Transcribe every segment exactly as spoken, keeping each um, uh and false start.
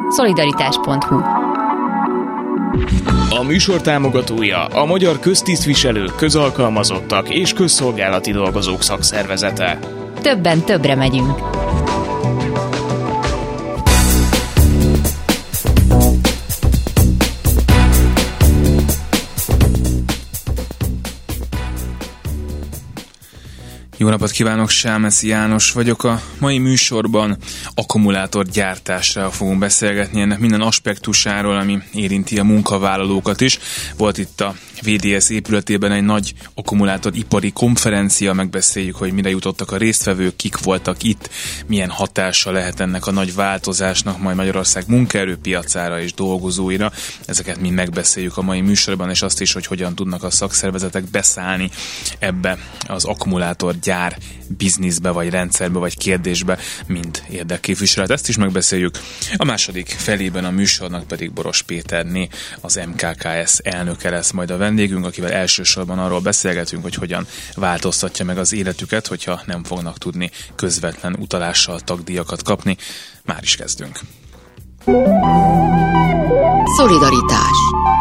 szolidaritás pont hu. A műsor támogatója a Magyar Köztisztviselők, Közalkalmazottak és Közszolgálati Dolgozók Szakszervezete. Többen többre megyünk. Jó napot kívánok, Sámeszi János vagyok. A mai műsorban akkumulátorgyártásra fogunk beszélgetni, ennek minden aspektusáról, ami érinti a munkavállalókat is. Volt itt a vé dé es épületében egy nagy akkumulátoripari konferencia, megbeszéljük, hogy mire jutottak a résztvevők, kik voltak itt, milyen hatása lehet ennek a nagy változásnak majd Magyarország munkaerőpiacára és dolgozóira. Ezeket mind megbeszéljük a mai műsorban, és azt is, hogy hogyan tudnak a szakszervezetek beszállni ebbe az akkumulátorgyártásba, gyár bizniszbe, vagy rendszerbe, vagy kérdésbe, mint érdekképviselet. Ezt is megbeszéljük. A második felében a műsornak pedig Boros Péterné, az em ká ká es elnöke lesz majd a vendégünk, akivel elsősorban arról beszélgetünk, hogy hogyan változtatja meg az életüket, hogyha nem fognak tudni közvetlen utalással tagdíjakat kapni. Már is kezdünk. Szolidaritás.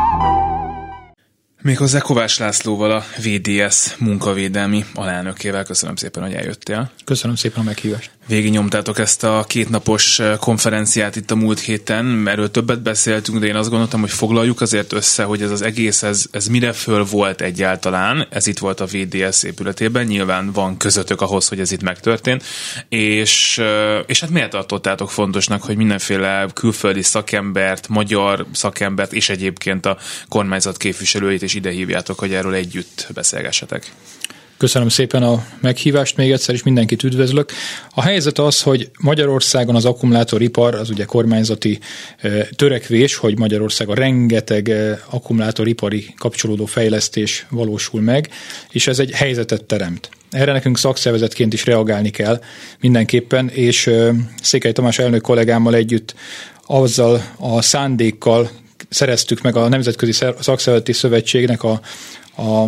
Méghozzá Kovács Lászlóval, a vé dé es munkavédelmi alelnökével. Köszönöm szépen, hogy eljöttél. Köszönöm szépen a meghívást. Végignyomtátok ezt a kétnapos konferenciát itt a múlt héten, erről többet beszéltünk, de én azt gondoltam, hogy foglaljuk azért össze, hogy ez az egész, ez, ez mire föl volt egyáltalán. Ez itt volt a vé dé es épületében, nyilván van közöttök ahhoz, hogy ez itt megtörtént, és, és hát miért tartottátok fontosnak, hogy mindenféle külföldi szakembert, magyar szakembert, és egyébként a kormányzat képviselőit is ide hívjátok, hogy erről együtt beszélgessetek? Köszönöm szépen a meghívást még egyszer, és mindenkit üdvözlök. A helyzet az, hogy Magyarországon az akkumulátoripar, az ugye kormányzati e, törekvés, hogy Magyarországon rengeteg e, akkumulátoripari kapcsolódó fejlesztés valósul meg, és ez egy helyzetet teremt. Erre nekünk szakszervezetként is reagálni kell mindenképpen, és e, Székely Tamás elnök kollégámmal együtt azzal a szándékkal szereztük meg a Nemzetközi Szakszervezeti Szövetségnek a, a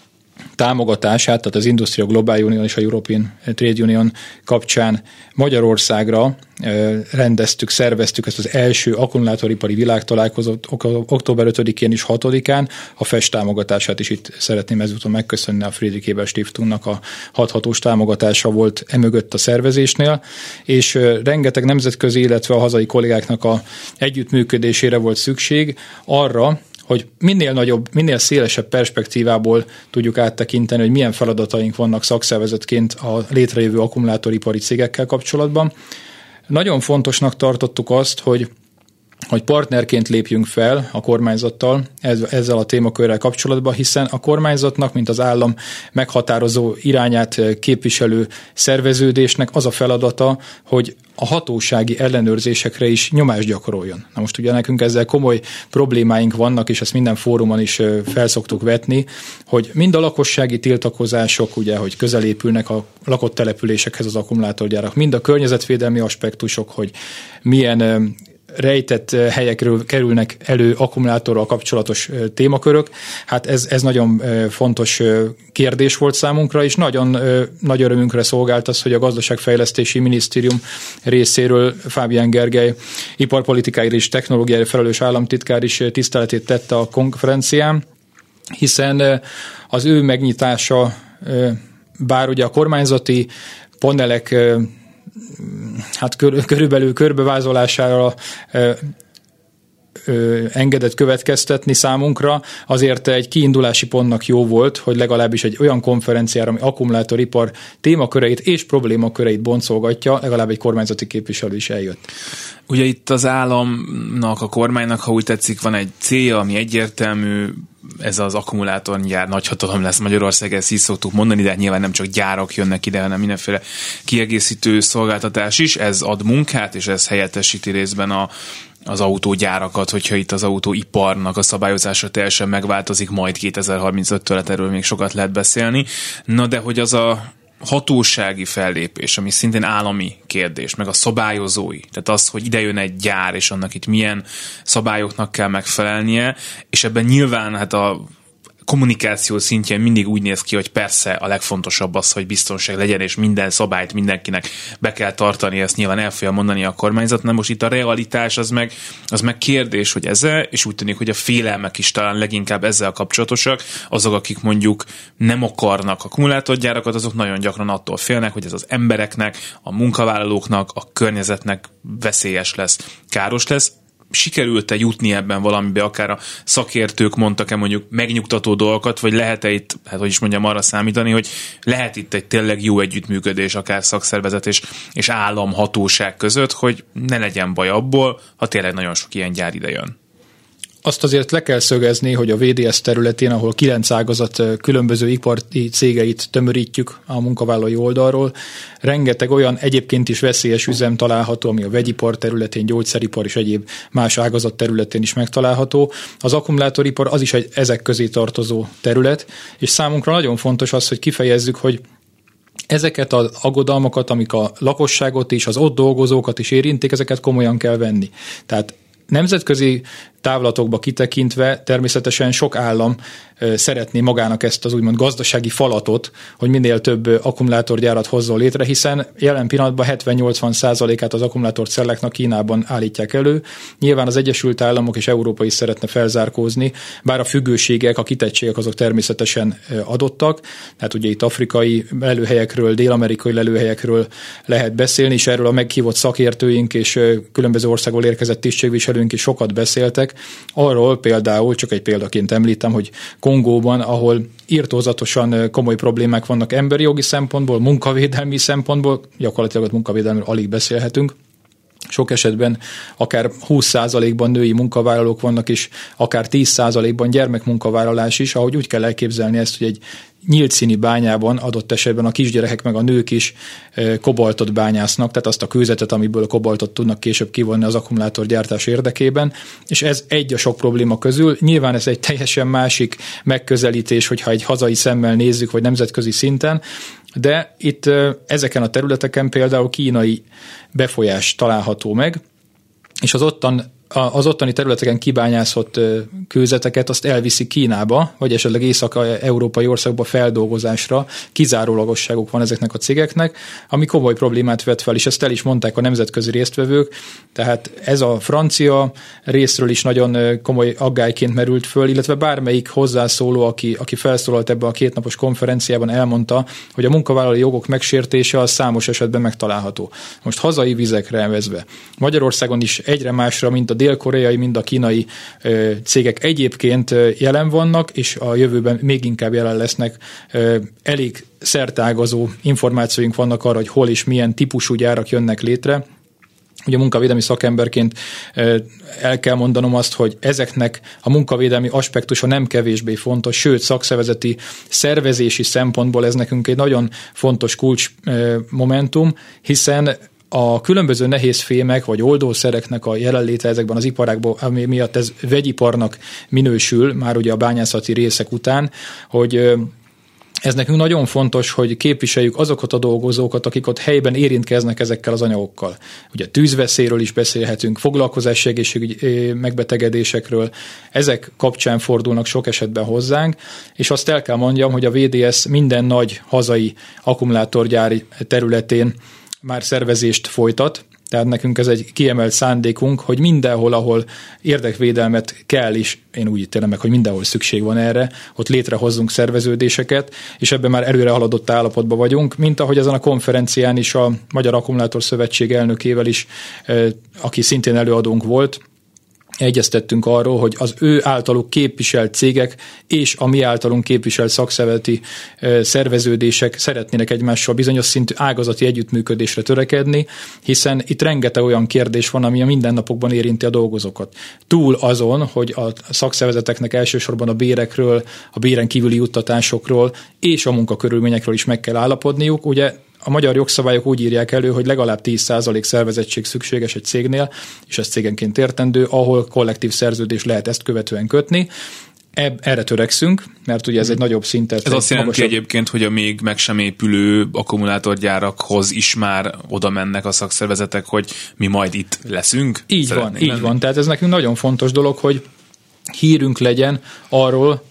támogatását, tehát az Industrial Global Union és a European Trade Union kapcsán Magyarországra rendeztük, szerveztük ezt az első akkumulátoripari világtalálkozót október ötödikén és hatodikán. A FES támogatását is itt szeretném ezúton megköszönni, a Friedrich Ebert Stiftungnak a hathatós támogatása volt emögött a szervezésnél, és rengeteg nemzetközi, illetve a hazai kollégáknak a együttműködésére volt szükség arra, hogy minél nagyobb, minél szélesebb perspektívából tudjuk áttekinteni, hogy milyen feladataink vannak szakszervezetként a létrejövő akkumulátoripari cégekkel kapcsolatban. Nagyon fontosnak tartottuk azt, hogy hogy partnerként lépjünk fel a kormányzattal ezzel a témakörrel kapcsolatban, hiszen a kormányzatnak, mint az állam meghatározó irányát képviselő szerveződésnek az a feladata, hogy a hatósági ellenőrzésekre is nyomást gyakoroljon. Na most ugye nekünk ezzel komoly problémáink vannak, és ezt minden fórumon is felszoktuk vetni, hogy mind a lakossági tiltakozások, ugye, hogy közel épülnek a lakott településekhez az akkumulátorgyárak, mind a környezetvédelmi aspektusok, hogy milyen rejtett helyekről kerülnek elő akkumulátorral kapcsolatos témakörök. Hát ez, ez nagyon fontos kérdés volt számunkra, és nagyon nagy örömünkre szolgált az, hogy a Gazdaságfejlesztési Minisztérium részéről Fábián Gergely iparpolitikáért és technológiáért felelős államtitkár is tiszteletét tette a konferencián, hiszen az ő megnyitása, bár ugye a kormányzati panelek hát kör, körülbelül körbevázolására ö, ö, engedett következtetni számunkra, azért egy kiindulási pontnak jó volt, hogy legalábbis egy olyan konferenciára, ami akkumulátoripar témaköreit és problémaköreit boncolgatja, legalább egy kormányzati képviselő is eljött. Ugye itt az államnak, a kormánynak, ha úgy tetszik, van egy célja, ami egyértelmű, ez az akkumulátorgyár nagyhatalom lesz Magyarország, ezt így szoktuk mondani, de nyilván nem csak gyárak jönnek ide, hanem mindenféle kiegészítő szolgáltatás is, ez ad munkát, és ez helyettesíti részben a, az autógyárakat, hogyha itt az autóiparnak a szabályozása teljesen megváltozik, majd kétezer-harmincöttől, erről még sokat lehet beszélni. Na de hogy az a hatósági fellépés, ami szintén állami kérdés, meg a szabályozói, tehát az, hogy ide jön egy gyár, és annak itt milyen szabályoknak kell megfelelnie, és ebben nyilván hát a kommunikáció szintjén mindig úgy néz ki, hogy persze a legfontosabb az, hogy biztonság legyen, és minden szabályt mindenkinek be kell tartani, ezt nyilván el fogja mondani a kormányzat, nem most itt a realitás az meg, az meg kérdés, hogy ezzel, és úgy tűnik, hogy a félelmek is talán leginkább ezzel kapcsolatosak, azok, akik mondjuk nem akarnak akkumulátorgyárakat, azok nagyon gyakran attól félnek, hogy ez az embereknek, a munkavállalóknak, a környezetnek veszélyes lesz, káros lesz. Sikerült-e jutni ebben valamibe, akár a szakértők mondtak-e mondjuk megnyugtató dolgokat, vagy lehet-e itt, hát hogy is mondjam, arra számítani, hogy lehet itt egy tényleg jó együttműködés, akár szakszervezet és, és államhatóság között, hogy ne legyen baj abból, ha tényleg nagyon sok ilyen gyár ide jön. Azt azért le kell szögezni, hogy a vé dé es területén, ahol kilenc ágazat különböző ipari cégeit tömörítjük a munkavállalói oldalról, rengeteg olyan egyébként is veszélyes üzem található, ami a vegyipar területén, gyógyszeripar és egyéb más ágazat területén is megtalálható. Az akkumulátoripar az is egy ezek közé tartozó terület, és számunkra nagyon fontos az, hogy kifejezzük, hogy ezeket az aggodalmakat, amik a lakosságot és az ott dolgozókat is érintik, ezeket komolyan kell venni. Tehát nemzetközi távlatokba kitekintve természetesen sok állam szeretné magának ezt az úgymond gazdasági falatot, hogy minél több akkumulátorgyárat hozzon létre, hiszen jelen pillanatban hetven-nyolcvan százalékát az akkumulátorcelláknak Kínában állítják elő. Nyilván az Egyesült Államok és Európa is szeretne felzárkózni, bár a függőségek, a kitettségek azok természetesen adottak. Tehát ugye itt afrikai lelőhelyekről, dél-amerikai lelőhelyekről lehet beszélni, és erről a meghívott szakértőink és különböző országból érkezett tisztségviselőink is sokat beszéltek. Arról például, csak egy példaként említem, hogy Kongóban, ahol irtózatosan komoly problémák vannak emberi jogi szempontból, munkavédelmi szempontból, gyakorlatilag a munkavédelmről alig beszélhetünk. Sok esetben akár húsz százalékban női munkavállalók vannak, és akár tíz százalékban gyermekmunkavállalás is, ahogy úgy kell elképzelni ezt, hogy egy nyílt színi bányában adott esetben a kisgyerekek meg a nők is kobaltot bányásznak, tehát azt a kőzetet, amiből a kobaltot tudnak később kivonni az akkumulátorgyártás érdekében, és ez egy a sok probléma közül. Nyilván ez egy teljesen másik megközelítés, hogyha egy hazai szemmel nézzük, vagy nemzetközi szinten, de itt ezeken a területeken például kínai befolyás található meg, és az ottan az ottani területeken kibányászott kőzeteket azt elviszi Kínába, vagy esetleg észak-európai országba feldolgozásra. Kizárólagosságuk van ezeknek a cégeknek, ami komoly problémát vet fel, és ezt el is mondták a nemzetközi résztvevők. Tehát ez a francia részről is nagyon komoly aggályként merült föl, illetve bármelyik hozzászóló, aki, aki felszólalt ebbe a kétnapos konferenciában, elmondta, hogy a munkavállalói jogok megsértése az számos esetben megtalálható. Most hazai vizekre vezve. Magyarországon is egyre másra, mint a dél-koreai, mind a kínai ö, cégek egyébként ö, jelen vannak, és a jövőben még inkább jelen lesznek. Ö, elég szertágazó információink vannak arra, hogy hol és milyen típusú gyárak jönnek létre. Ugye munkavédelmi szakemberként ö, el kell mondanom azt, hogy ezeknek a munkavédelmi aspektusa nem kevésbé fontos, sőt szakszervezeti szervezési szempontból ez nekünk egy nagyon fontos kulcs ö, momentum, hiszen a különböző nehézfémek vagy oldószereknek a jelenléte ezekben az iparákban, ami miatt ez vegyiparnak minősül, már ugye a bányászati részek után, hogy ez nekünk nagyon fontos, hogy képviseljük azokat a dolgozókat, akik ott helyben érintkeznek ezekkel az anyagokkal. Ugye tűzveszélyről is beszélhetünk, foglalkozási egészségügyi megbetegedésekről, ezek kapcsán fordulnak sok esetben hozzánk, és azt el kell mondjam, hogy a vé dé es minden nagy hazai akkumulátorgyári területén már szervezést folytat, tehát nekünk ez egy kiemelt szándékunk, hogy mindenhol, ahol érdekvédelmet kell is, én úgy ítélem meg, hogy mindenhol szükség van erre, ott létrehozzunk szerveződéseket, és ebben már előre haladott állapotban vagyunk, mint ahogy ezen a konferencián is a Magyar Akkumulátor Szövetség elnökével is, aki szintén előadónk volt, egyeztettünk arról, hogy az ő általuk képviselt cégek és a mi általunk képviselt szakszervezeti szerveződések szeretnének egymással bizonyos szintű ágazati együttműködésre törekedni, hiszen itt rengeteg olyan kérdés van, ami a mindennapokban érinti a dolgozókat. Túl azon, hogy a szakszervezeteknek elsősorban a bérekről, a béren kívüli juttatásokról és a munkakörülményekről is meg kell állapodniuk, ugye a magyar jogszabályok úgy írják elő, hogy legalább tíz százalék szervezettség szükséges egy cégnél, és ez cégenként értendő, ahol kollektív szerződést lehet ezt követően kötni. Ebb, erre törekszünk, mert ugye ez egy nagyobb szintet. Ez azt jelenti magasabb... egyébként, hogy a még meg sem épülő akkumulátorgyárakhoz is már oda mennek a szakszervezetek, hogy mi majd itt leszünk. Így van, így lenni. van. Tehát ez nekünk nagyon fontos dolog, hogy hírünk legyen arról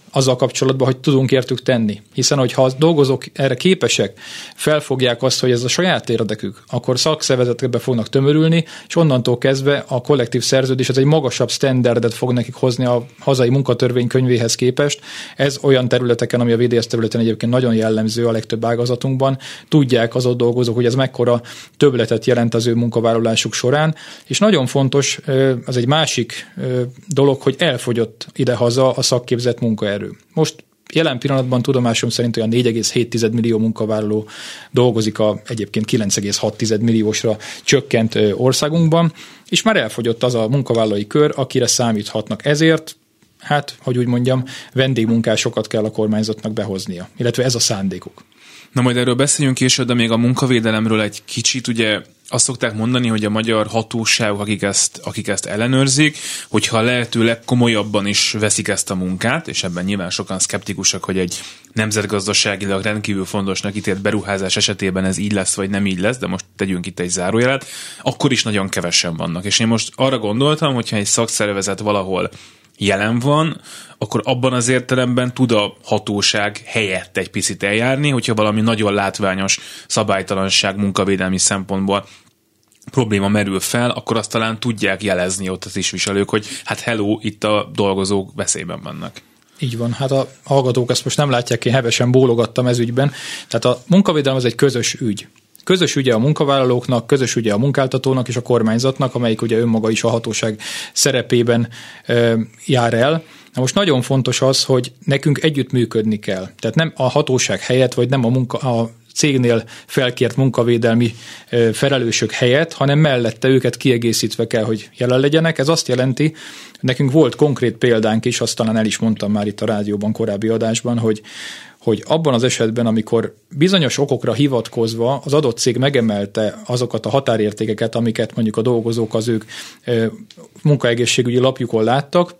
azzal kapcsolatban, hogy tudunk értük tenni. Hiszen, hogyha a dolgozók erre képesek, felfogják azt, hogy ez a saját érdekük, akkor szakszervezetekbe fognak tömörülni, és onnantól kezdve a kollektív szerződés az egy magasabb standardet fog nekik hozni a hazai munkatörvénykönyvéhez képest. Ez olyan területeken, ami a vé dé es területen egyébként nagyon jellemző a legtöbb ágazatunkban, tudják az ott dolgozók, hogy ez mekkora többletet jelent az ő munkavállalásuk során, és nagyon fontos, az egy másik dolog, hogy elfogyott idehaza a szakképzett munkaerő. Most jelen pillanatban tudomásom szerint olyan négy egész hét millió munkavállaló dolgozik a egyébként kilenc egész hat milliósra csökkent országunkban, és már elfogyott az a munkavállalói kör, akire számíthatnak. Ezért, hát, hogy úgy mondjam, vendégmunkásokat kell a kormányzatnak behoznia, illetve ez a szándékuk. Na majd erről beszéljünk később, de még a munkavédelemről egy kicsit, ugye azt szokták mondani, hogy a magyar hatóságok, akik ezt, akik ezt ellenőrzik, hogyha lehetőleg komolyabban is veszik ezt a munkát, és ebben nyilván sokan szkeptikusak, hogy egy nemzetgazdaságilag rendkívül fontosnak ítélt beruházás esetében ez így lesz, vagy nem így lesz, de most tegyünk itt egy zárójelet, akkor is nagyon kevesen vannak. És én most arra gondoltam, hogyha egy szakszervezet valahol jelen van, akkor abban az értelemben tud a hatóság helyett egy picit eljárni, hogyha valami nagyon látványos szabálytalanság munkavédelmi szempontból probléma merül fel, akkor azt talán tudják jelezni ott az tisztviselők, hogy hát hello, itt a dolgozók veszélyben vannak. Így van, hát a hallgatók ezt most nem látják, én hevesen bólogattam ez ügyben. Tehát a munkavédelem az egy közös ügy. Közös ügye a munkavállalóknak, közös ügye a munkáltatónak és a kormányzatnak, amelyik ugye önmaga is a hatóság szerepében e, jár el. Na most nagyon fontos az, hogy nekünk együttműködni kell. Tehát nem a hatóság helyett, vagy nem a, munka, a cégnél felkért munkavédelmi e, felelősök helyett, hanem mellette őket kiegészítve kell, hogy jelen legyenek. Ez azt jelenti, nekünk volt konkrét példánk is, azt talán el is mondtam már itt a rádióban korábbi adásban, hogy hogy abban az esetben, amikor bizonyos okokra hivatkozva az adott cég megemelte azokat a határértékeket, amiket mondjuk a dolgozók az ők munkaegészségügyi lapjukon láttak,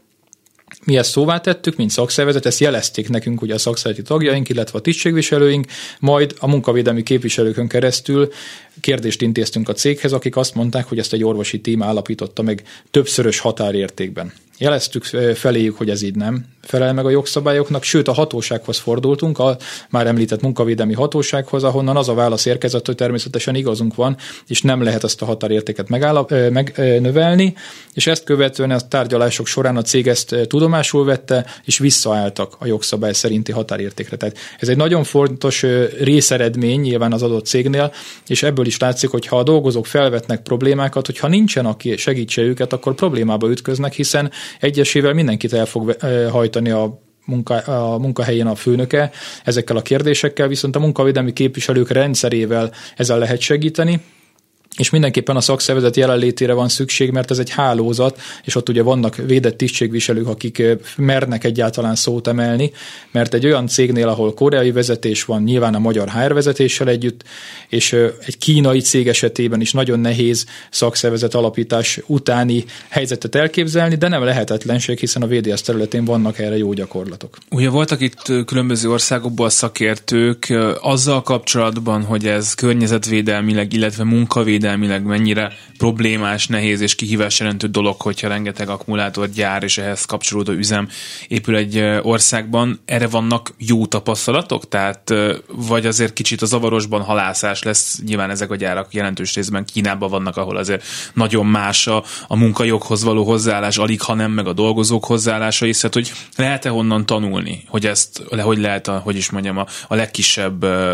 mi ezt szóvá tettük, mint szakszervezet, ezt jelezték nekünk ugye a szakszervezeti tagjaink, illetve a tisztségviselőink, majd a munkavédelmi képviselőkön keresztül kérdést intéztünk a céghez, akik azt mondták, hogy ezt egy orvosi tím állapította meg többszörös határértékben. Jeleztük feléjük, hogy ez így nem felel meg a jogszabályoknak, sőt a hatósághoz fordultunk, a már említett munkavédelmi hatósághoz, ahonnan az a válasz érkezett, hogy természetesen igazunk van, és nem lehet ezt a határértéket megállap, megnövelni, és ezt követően a tárgyalások során a cég ezt tudomásul vette, és visszaálltak a jogszabály szerinti határértékre. Tehát ez egy nagyon fontos részeredmény nyilván az adott cégnél, és ebből is látszik, hogy ha a dolgozók felvetnek problémákat, hogyha nincsen, aki segítse őket, akkor problémába ütköznek, hiszen egyesével mindenkit el fog hajtani a, munka, a munkahelyén a főnöke ezekkel a kérdésekkel, viszont a munkavédelmi képviselők rendszerével ezzel lehet segíteni, és mindenképpen a szakszervezet jelenlétére van szükség, mert ez egy hálózat, és ott ugye vannak védett tisztségviselők, akik mernek egyáltalán szót emelni, mert egy olyan cégnél, ahol koreai vezetés van, nyilván a magyar há er vezetéssel együtt, és egy kínai cég esetében is nagyon nehéz szakszervezet alapítás utáni helyzetet elképzelni, de nem lehetetlenség, hiszen a vé dé es területén vannak erre jó gyakorlatok. Ugye voltak itt különböző országokból szakértők azzal kapcsolatban, hogy ez környezetvédelmileg, illetve munkavédelmileg mennyire problémás, nehéz és kihívás jelentő dolog, hogyha rengeteg akkumulátorgyár és ehhez kapcsolódó üzem épül egy országban. Erre vannak jó tapasztalatok? Tehát vagy azért kicsit a zavarosban halászás lesz, nyilván ezek a gyárak jelentős részben Kínában vannak, ahol azért nagyon más a, a munkajoghoz való hozzáállás, alig ha nem, meg a dolgozók hozzáállása is, hát hogy lehet-e honnan tanulni, hogy ezt, hogy lehet a, hogy is mondjam, a, a legkisebb uh,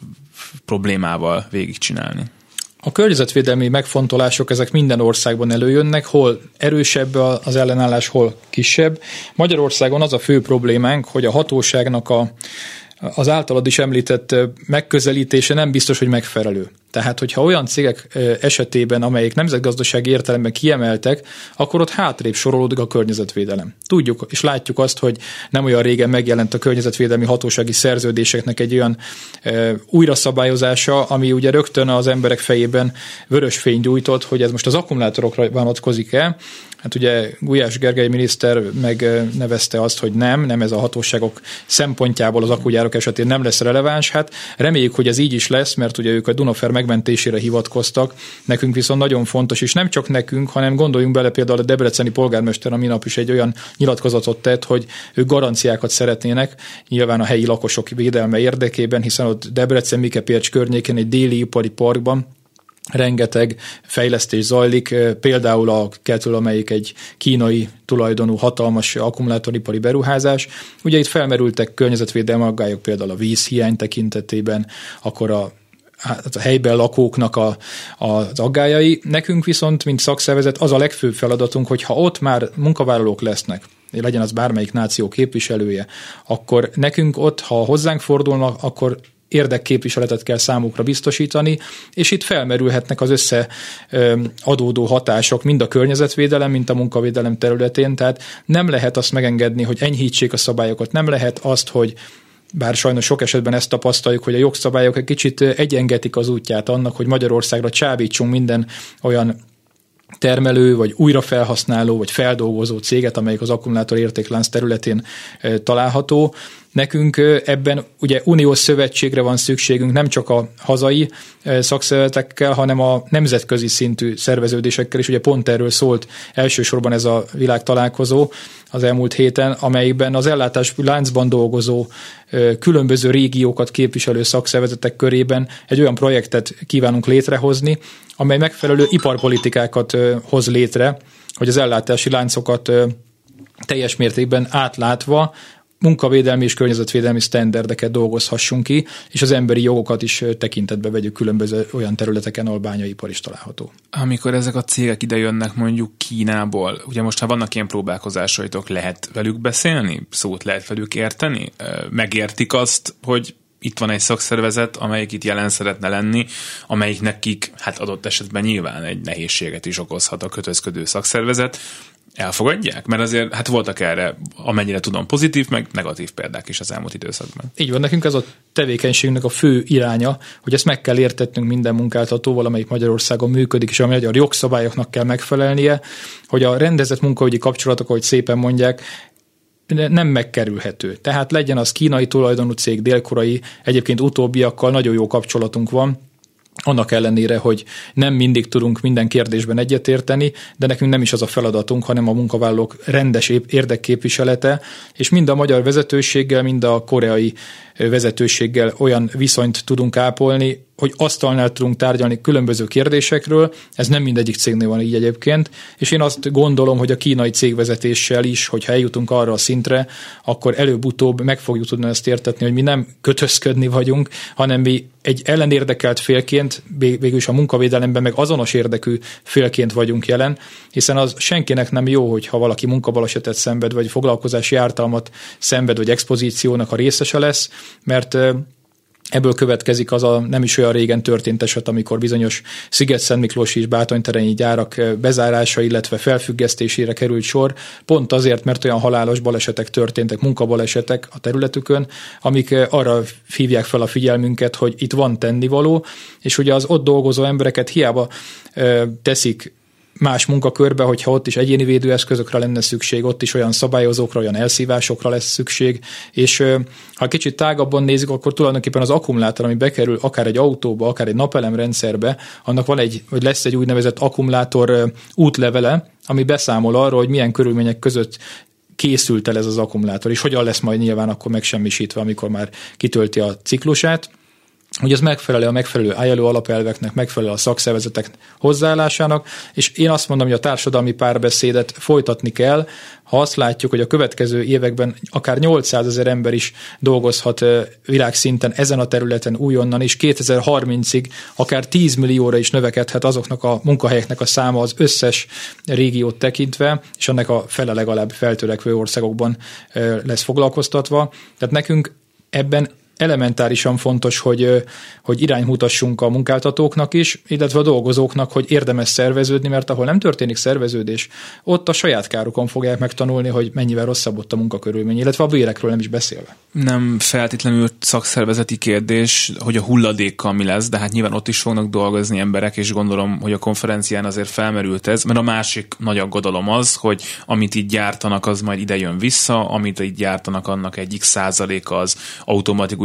problémával végigcsinálni? A környezetvédelmi megfontolások, ezek minden országban előjönnek, hol erősebb az ellenállás, hol kisebb. Magyarországon az a fő problémánk, hogy a hatóságnak a, az általad is említett megközelítése nem biztos, hogy megfelelő. Tehát, hogyha olyan cégek esetében, amelyek nemzetgazdasági értelemben kiemeltek, akkor ott hátrébb sorolódik a környezetvédelem. Tudjuk és látjuk azt, hogy nem olyan régen megjelent a környezetvédelmi hatósági szerződéseknek egy olyan e, újraszabályozása, ami ugye rögtön az emberek fejében vörös fényt gyújtott, hogy ez most az akkumulátorokra vonatkozik-e. Hát ugye Gulyás Gergely miniszter megnevezte azt, hogy nem, nem ez a hatóságok szempontjából az akkugyárak esetén nem lesz releváns. Hát reméljük, hogy ez így is lesz, mert ugye ők a Dunafer megmentésére hivatkoztak. Nekünk viszont nagyon fontos, és nem csak nekünk, hanem gondoljunk bele, például a debreceni polgármester a minap is egy olyan nyilatkozatot tett, hogy ők garanciákat szeretnének, nyilván a helyi lakosok védelme érdekében, hiszen ott Debrecen, Mikepércs környékén egy déli ipari parkban rengeteg fejlesztés zajlik, például a kettő, amelyik egy kínai tulajdonú hatalmas akkumulátoripari beruházás. Ugye itt felmerültek környezetvédelmi aggályok, például a vízhiány tekintetében, akkor a a helyben lakóknak a, az aggályai. Nekünk viszont, mint szakszervezet, az a legfőbb feladatunk, hogy ha ott már munkavállalók lesznek, legyen az bármelyik náció képviselője, akkor nekünk ott, ha hozzánk fordulnak, akkor érdekképviseletet kell számukra biztosítani, és itt felmerülhetnek az összeadódó hatások mind a környezetvédelem, mint a munkavédelem területén, tehát nem lehet azt megengedni, hogy enyhítsék a szabályokat, nem lehet azt, hogy bár sajnos sok esetben ezt tapasztaljuk, hogy a jogszabályok egy kicsit egyengetik az útját annak, hogy Magyarországra csábítsunk minden olyan termelő, vagy újrafelhasználó, vagy feldolgozó céget, amelyik az akkumulátor értéklánc területén található. Nekünk ebben ugye uniós szövetségre van szükségünk, nem csak a hazai szakszervezetekkel, hanem a nemzetközi szintű szerveződésekkel is. Ugye pont erről szólt elsősorban ez a világtalálkozó az elmúlt héten, amelyben az ellátás láncban dolgozó különböző régiókat képviselő szakszervezetek körében egy olyan projektet kívánunk létrehozni, amely megfelelő iparpolitikákat hoz létre, hogy az ellátási láncokat teljes mértékben átlátva munkavédelmi és környezetvédelmi sztenderdeket dolgozhassunk ki, és az emberi jogokat is tekintetbe vegyük különböző olyan területeken, ahol bányaipar is található. Amikor ezek a cégek idejönnek mondjuk Kínából, ugye most ha vannak ilyen próbálkozásaitok, lehet velük beszélni? Szót lehet velük érteni? Megértik azt, hogy itt van egy szakszervezet, amelyik itt jelen szeretne lenni, amelyik nekik, hát adott esetben nyilván egy nehézséget is okozhat a kötözködő szakszervezet. Elfogadják? Mert azért hát voltak erre, amennyire tudom, pozitív, meg negatív példák is az elmúlt időszakban. Így van, nekünk ez a tevékenységünknek a fő iránya, hogy ezt meg kell értetnünk minden munkáltatóval, amelyik Magyarországon működik, és a magyar jogszabályoknak kell megfelelnie, hogy a rendezett munkaügyi kapcsolatok, ahogy szépen mondják, nem megkerülhető. Tehát legyen az kínai tulajdonú cég, dél-koreai, egyébként utóbbiakkal nagyon jó kapcsolatunk van, annak ellenére, hogy nem mindig tudunk minden kérdésben egyetérteni, de nekünk nem is az a feladatunk, hanem a munkavállalók rendes érdekképviselete, és mind a magyar vezetőséggel, mind a koreai vezetőséggel olyan viszonyt tudunk ápolni, hogy asztalnál tudunk tárgyalni különböző kérdésekről, ez nem mindegyik cégnél van így egyébként, és én azt gondolom, hogy a kínai cégvezetéssel is, hogyha eljutunk arra a szintre, akkor előbb-utóbb meg fogjuk tudni ezt értetni, hogy mi nem kötözködni vagyunk, hanem mi egy ellenérdekelt félként, végül is a munkavédelemben meg azonos érdekű félként vagyunk jelen, hiszen az senkinek nem jó, hogyha valaki munkabalesetet szenved, vagy foglalkozási ártalmat szenved, vagy expozíciónak a részese lesz, mert ebből következik az a nem is olyan régen történt eset, amikor bizonyos Sziget-Szentmiklósi és Bátornyterényi gyárak bezárása, illetve felfüggesztésére került sor, pont azért, mert olyan halálos balesetek történtek, munkabalesetek a területükön, amik arra hívják fel a figyelmünket, hogy itt van tennivaló, és ugye az ott dolgozó embereket hiába teszik más munkakörbe, hogyha ott is egyéni védőeszközökre lenne szükség, ott is olyan szabályozókra, olyan elszívásokra lesz szükség, és ha kicsit tágabban nézzük, akkor tulajdonképpen az akkumulátor, ami bekerül akár egy autóba, akár egy napelemrendszerbe, annak van egy, vagy lesz egy úgynevezett akkumulátor útlevele, ami beszámol arról, hogy milyen körülmények között készült el ez az akkumulátor, és hogyan lesz majd nyilván akkor megsemmisítve, amikor már kitölti a ciklusát, hogy ez megfelel a megfelelő i el o alapelveknek, megfelel a szakszervezetek hozzáállásának, és én azt mondom, hogy a társadalmi párbeszédet folytatni kell, ha azt látjuk, hogy a következő években akár nyolcszázezer ember is dolgozhat világszinten ezen a területen újonnan, és kétezer-harmincig akár tíz millióra is növekedhet azoknak a munkahelyeknek a száma az összes régiót tekintve, és annak a fele legalább feltörekvő országokban lesz foglalkoztatva. Tehát nekünk ebben elementárisan fontos, hogy, hogy iránymutassunk a munkáltatóknak is, illetve a dolgozóknak, hogy érdemes szerveződni, mert ahol nem történik szerveződés, ott a saját kárukon fogják megtanulni, hogy mennyivel rosszabb ott a munkakörülmény, illetve a bérekről nem is beszélve. Nem feltétlenül szakszervezeti kérdés, hogy a hulladékkal mi lesz, de hát nyilván ott is fognak dolgozni emberek, és gondolom, hogy a konferencián azért felmerült ez, mert a másik nagy aggodalom az, hogy amit így gyártanak, az majd ide jön vissza, amit így gyártanak, annak egy x százaléka az automatikus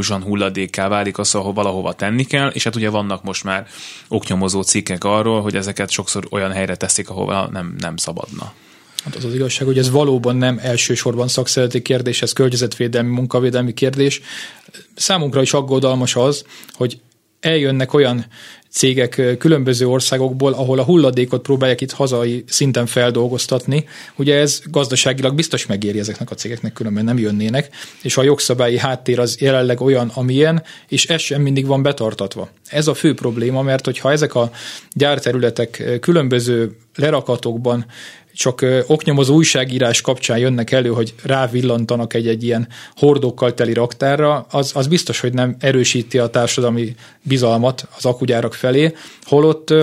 automatikusan hulladékká válik, az, ahol valahova tenni kell, és hát ugye vannak most már oknyomozó cikkek arról, hogy ezeket sokszor olyan helyre teszik, ahova nem, nem szabadna. Hát az az igazság, hogy ez valóban nem elsősorban szakszervezeti kérdés, ez környezetvédelmi, munkavédelmi kérdés. Számunkra is aggodalmas az, hogy eljönnek olyan cégek különböző országokból, ahol a hulladékot próbálják itt hazai szinten feldolgoztatni. Ugye ez gazdaságilag biztos megéri ezeknek a cégeknek, különben nem jönnének, és a jogszabályi háttér az jelenleg olyan, amilyen, és ez sem mindig van betartatva. Ez a fő probléma, mert hogyha ezek a gyárterületek különböző lerakatokban csak oknyomozó újságírás kapcsán jönnek elő, hogy rávillantanak egy-egy ilyen hordókkal teli raktárra, az, az biztos, hogy nem erősíti a társadalmi bizalmat az akugyárak felé, holott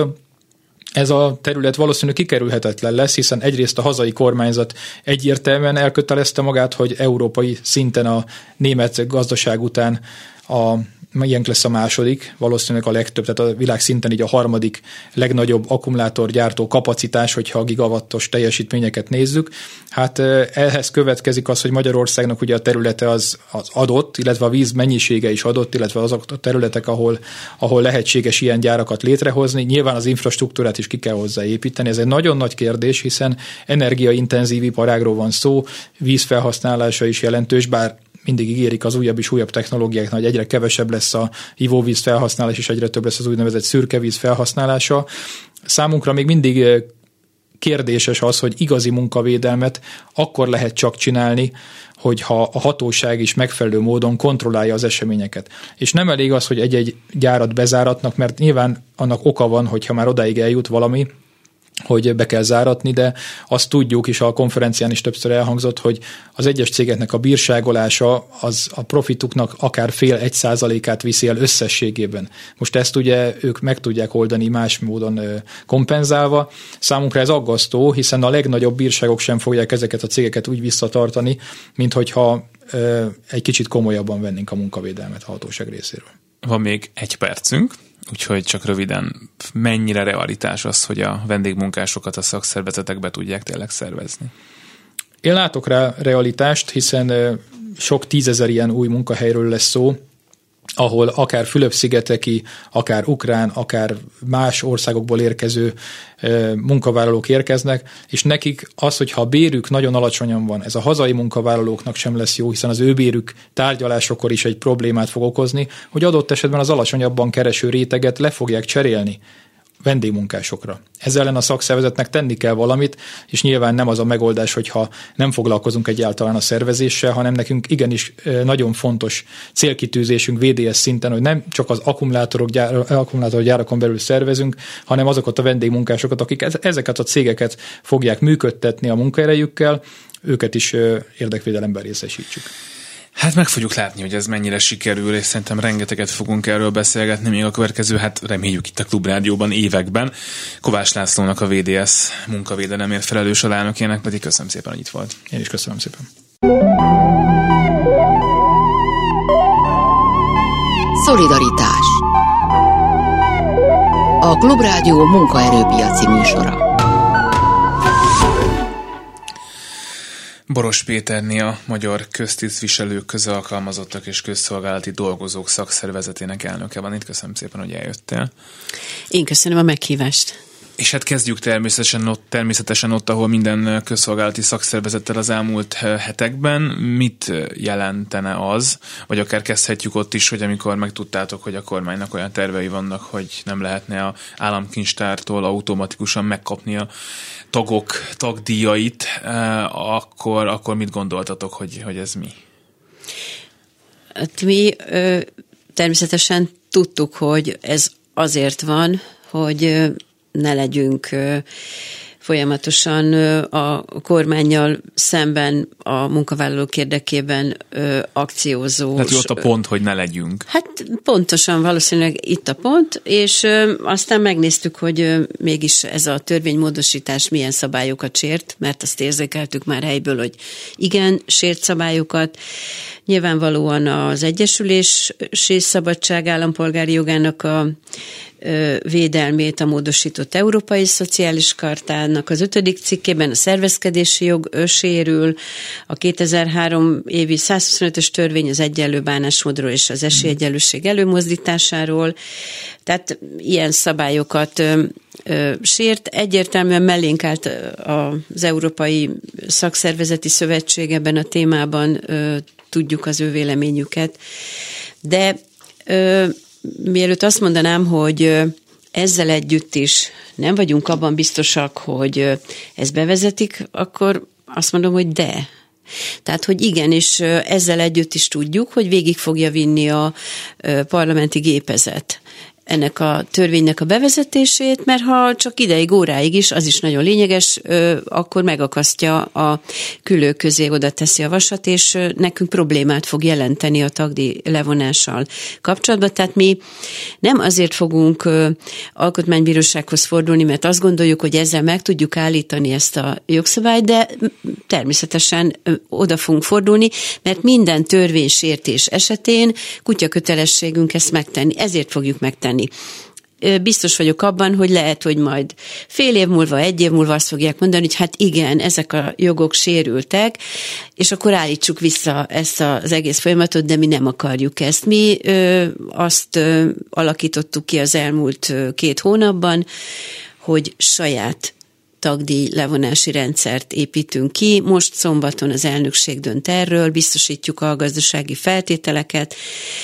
ez a terület valószínűleg kikerülhetetlen lesz, hiszen egyrészt a hazai kormányzat egyértelműen elkötelezte magát, hogy európai szinten a német gazdaság után a ilyen lesz a második, valószínűleg a legtöbb, tehát a világ szinten így a harmadik legnagyobb akkumulátorgyártó kapacitás, hogyha a gigawattos teljesítményeket nézzük. Hát ehhez következik az, hogy Magyarországnak ugye a területe az, az adott, illetve a víz mennyisége is adott, illetve azok a területek, ahol, ahol lehetséges ilyen gyárakat létrehozni. Nyilván az infrastruktúrát is ki kell hozzá építeni. Ez egy nagyon nagy kérdés, hiszen energiaintenzív iparágról van szó, vízfelhasználása is jelentős, bár mindig ígérik az újabb és újabb technológiáknak, hogy egyre kevesebb lesz a ivóvíz felhasználás, és egyre több lesz az úgynevezett szürkevíz felhasználása. Számunkra még mindig kérdéses az, hogy igazi munkavédelmet akkor lehet csak csinálni, hogyha a hatóság is megfelelő módon kontrollálja az eseményeket. És nem elég az, hogy egy-egy gyárat bezáratnak, mert nyilván annak oka van, hogyha már odáig eljut valami, hogy be kell záratni, de azt tudjuk, és a konferencián is többször elhangzott, hogy az egyes cégeknek a bírságolása az a profituknak akár fél egy százalékát viszi el összességében. Most ezt ugye ők meg tudják oldani más módon kompenzálva. Számunkra ez aggasztó, hiszen a legnagyobb bírságok sem fogják ezeket a cégeket úgy visszatartani, mint hogyha egy kicsit komolyabban vennénk a munkavédelmet a hatóság részéről. Van még egy percünk, úgyhogy csak röviden, mennyire realitás az, hogy a vendégmunkásokat a szakszervezetekbe tudják tényleg szervezni? Én látok rá realitást, hiszen sok tízezer ilyen új munkahelyről lesz szó, ahol akár Fülöp-szigeteki, akár ukrán, akár más országokból érkező munkavállalók érkeznek, és nekik az, hogyha a bérük nagyon alacsonyan van, ez a hazai munkavállalóknak sem lesz jó, hiszen az ő bérük tárgyalásokor is egy problémát fog okozni, hogy adott esetben az alacsonyabban kereső réteget le fogják cserélni vendégmunkásokra. Ezzel ellen a szakszervezetnek tenni kell valamit, és nyilván nem az a megoldás, hogyha nem foglalkozunk egyáltalán a szervezéssel, hanem nekünk igenis nagyon fontos célkitűzésünk vé dé es szinten, hogy nem csak az akkumulátorok gyár, akkumulátorgyárakon belül szervezünk, hanem azokat a vendégmunkásokat, akik ezeket a cégeket fogják működtetni a munkaerejükkel, őket is érdekvédelemben részesítsük. Hát meg fogjuk látni, hogy ez mennyire sikerül, és szerintem rengeteget fogunk erről beszélgetni még a következő, hát reméljük itt a Klubrádióban években. Kovács Lászlónak, a vé dé es munkavédelemért felelős alelnökének pedig köszönöm szépen, hogy itt volt. Én is köszönöm szépen. Szolidaritás. A Klubrádió munkaerőpiaci műsora. Boros Péterné, a Magyar Köztisztviselők, Közalkalmazottak és Közszolgálati Dolgozók Szakszervezetének elnöke van itt. Köszönöm szépen, hogy eljöttél. Én köszönöm a meghívást. És hát kezdjük természetesen ott, természetesen ott, ahol minden közszolgálati szakszervezettel az elmúlt hetekben. Mit jelentene az, vagy akár kezdhetjük ott is, hogy amikor megtudtátok, hogy a kormánynak olyan tervei vannak, hogy nem lehetne az államkincstártól automatikusan megkapni a tagok tagdíjait, akkor, akkor mit gondoltatok, hogy, hogy ez mi? Hát mi ö, természetesen tudtuk, hogy ez azért van, hogy ö, ne legyünk ö, folyamatosan ö, a kormánnyal szemben a munkavállalók érdekében ö, akciózós. Tehát ott a pont, hogy ne legyünk. Hát pontosan, valószínűleg itt a pont, és ö, aztán megnéztük, hogy ö, mégis ez a törvénymódosítás milyen szabályokat sért, mert azt érzékeltük már helyből, hogy igen, sért szabályokat. Nyilvánvalóan az egyesülési szabadság állampolgári jogának a védelmét a módosított Európai Szociális Chartának az ötödik cikkében a szervezkedési jog sérül, a kétezer-három évi százhuszonötös törvény az egyenlő bánásmódról és az esélyegyenlőség előmozdításáról, tehát ilyen szabályokat ö, ö, sért. Egyértelműen mellénk állt az Európai Szakszervezeti Szövetség ebben a témában, ö, tudjuk az ő véleményüket, de ö, mielőtt azt mondanám, hogy ezzel együtt is nem vagyunk abban biztosak, hogy ezt bevezetik, akkor azt mondom, hogy de. Tehát, hogy igen, és ezzel együtt is tudjuk, hogy végig fogja vinni a parlamenti gépezet ennek a törvénynek a bevezetését, mert ha csak ideig, óráig is, az is nagyon lényeges, akkor megakasztja a külők közé, oda teszi a vasat, és nekünk problémát fog jelenteni a tagdíj levonással kapcsolatban. Tehát mi nem azért fogunk alkotmánybírósághoz fordulni, mert azt gondoljuk, hogy ezzel meg tudjuk állítani ezt a jogszabályt, de természetesen oda fogunk fordulni, mert minden törvénysértés esetén kutyakötelességünk ezt megtenni. Ezért fogjuk megtenni. Biztos vagyok abban, hogy lehet, hogy majd fél év múlva, egy év múlva azt fogják mondani, hogy hát igen, ezek a jogok sérültek, és akkor állítsuk vissza ezt az egész folyamatot, de mi nem akarjuk ezt. Mi ö, azt ö, alakítottuk ki az elmúlt ö, két hónapban, hogy saját tagdíj levonási rendszert építünk ki. Most szombaton az elnökség dönt erről, biztosítjuk a gazdasági feltételeket,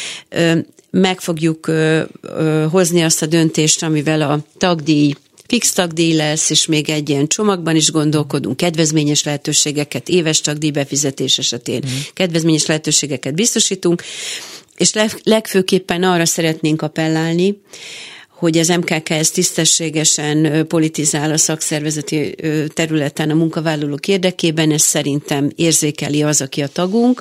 ö, meg fogjuk ö, ö, hozni azt a döntést, amivel a tagdíj, fix tagdíj lesz, és még egy ilyen csomagban is gondolkodunk, kedvezményes lehetőségeket, éves tagdíj befizetés esetén mm. kedvezményes lehetőségeket biztosítunk, és legfőképpen arra szeretnénk appellálni, hogy az em ká ká es tisztességesen politizál a szakszervezeti területen a munkavállalók érdekében, ez szerintem érzékeli az, aki a tagunk,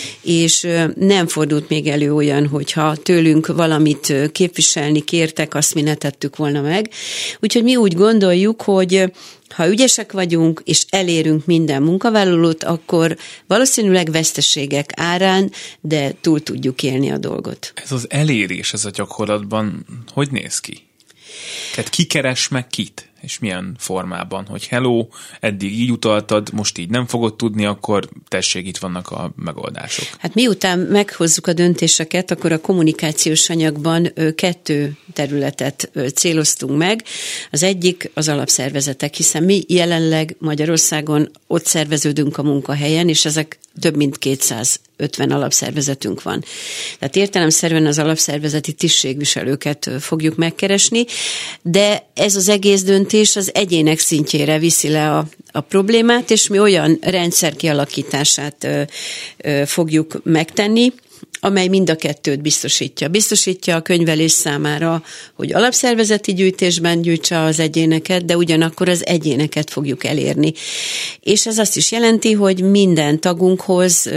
és nem fordult még elő olyan, hogyha tőlünk valamit képviselni kértek, azt mi ne tettük volna meg. Úgyhogy mi úgy gondoljuk, hogy ha ügyesek vagyunk, és elérünk minden munkavállalót, akkor valószínűleg veszteségek árán, de túl tudjuk élni a dolgot. Ez az elérés, ez a gyakorlatban hogy néz ki? Tehát ki keres meg kit? És milyen formában? Hogy hello, eddig így utaltad, most így nem fogod tudni, akkor tessék, itt vannak a megoldások. Hát miután meghozzuk a döntéseket, akkor a kommunikációs anyagban kettő területet céloztunk meg. Az egyik az alapszervezetek, hiszen mi jelenleg Magyarországon ott szerveződünk a munkahelyen, és ezek több mint kétszázötven alapszervezetünk van. Tehát értelemszerűen az alapszervezeti tisztségviselőket fogjuk megkeresni, de ez az egész döntés az egyének szintjére viszi le a, a problémát, és mi olyan rendszer kialakítását ö, ö, fogjuk megtenni, amely mind a kettőt biztosítja. Biztosítja a könyvelés számára, hogy alapszervezeti gyűjtésben gyűjtse az egyéneket, de ugyanakkor az egyéneket fogjuk elérni. És ez azt is jelenti, hogy minden tagunkhoz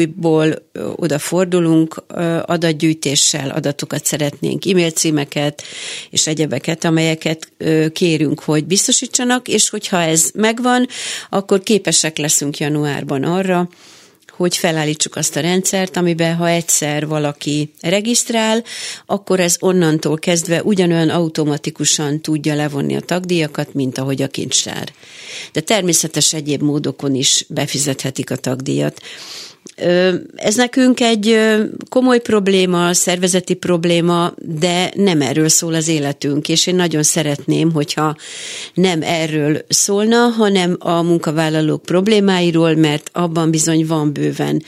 újból odafordulunk adatgyűjtéssel, adatokat szeretnénk, e-mail címeket és egyebeket, amelyeket kérünk, hogy biztosítsanak, és hogyha ez megvan, akkor képesek leszünk januárban arra, hogy felállítsuk azt a rendszert, amiben ha egyszer valaki regisztrál, akkor ez onnantól kezdve ugyanolyan automatikusan tudja levonni a tagdíjakat, mint ahogy a kincstár. De természetes egyéb módokon is befizethetik a tagdíjat. Ez nekünk egy komoly probléma, szervezeti probléma, de nem erről szól az életünk, és én nagyon szeretném, hogyha nem erről szólna, hanem a munkavállalók problémáiról, mert abban bizony van bőven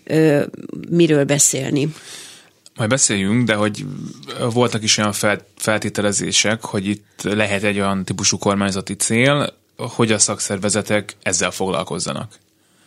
miről beszélni. Majd beszéljünk, de hogy voltak is olyan feltételezések, hogy itt lehet egy olyan típusú kormányzati cél, hogy a szakszervezetek ezzel foglalkozzanak.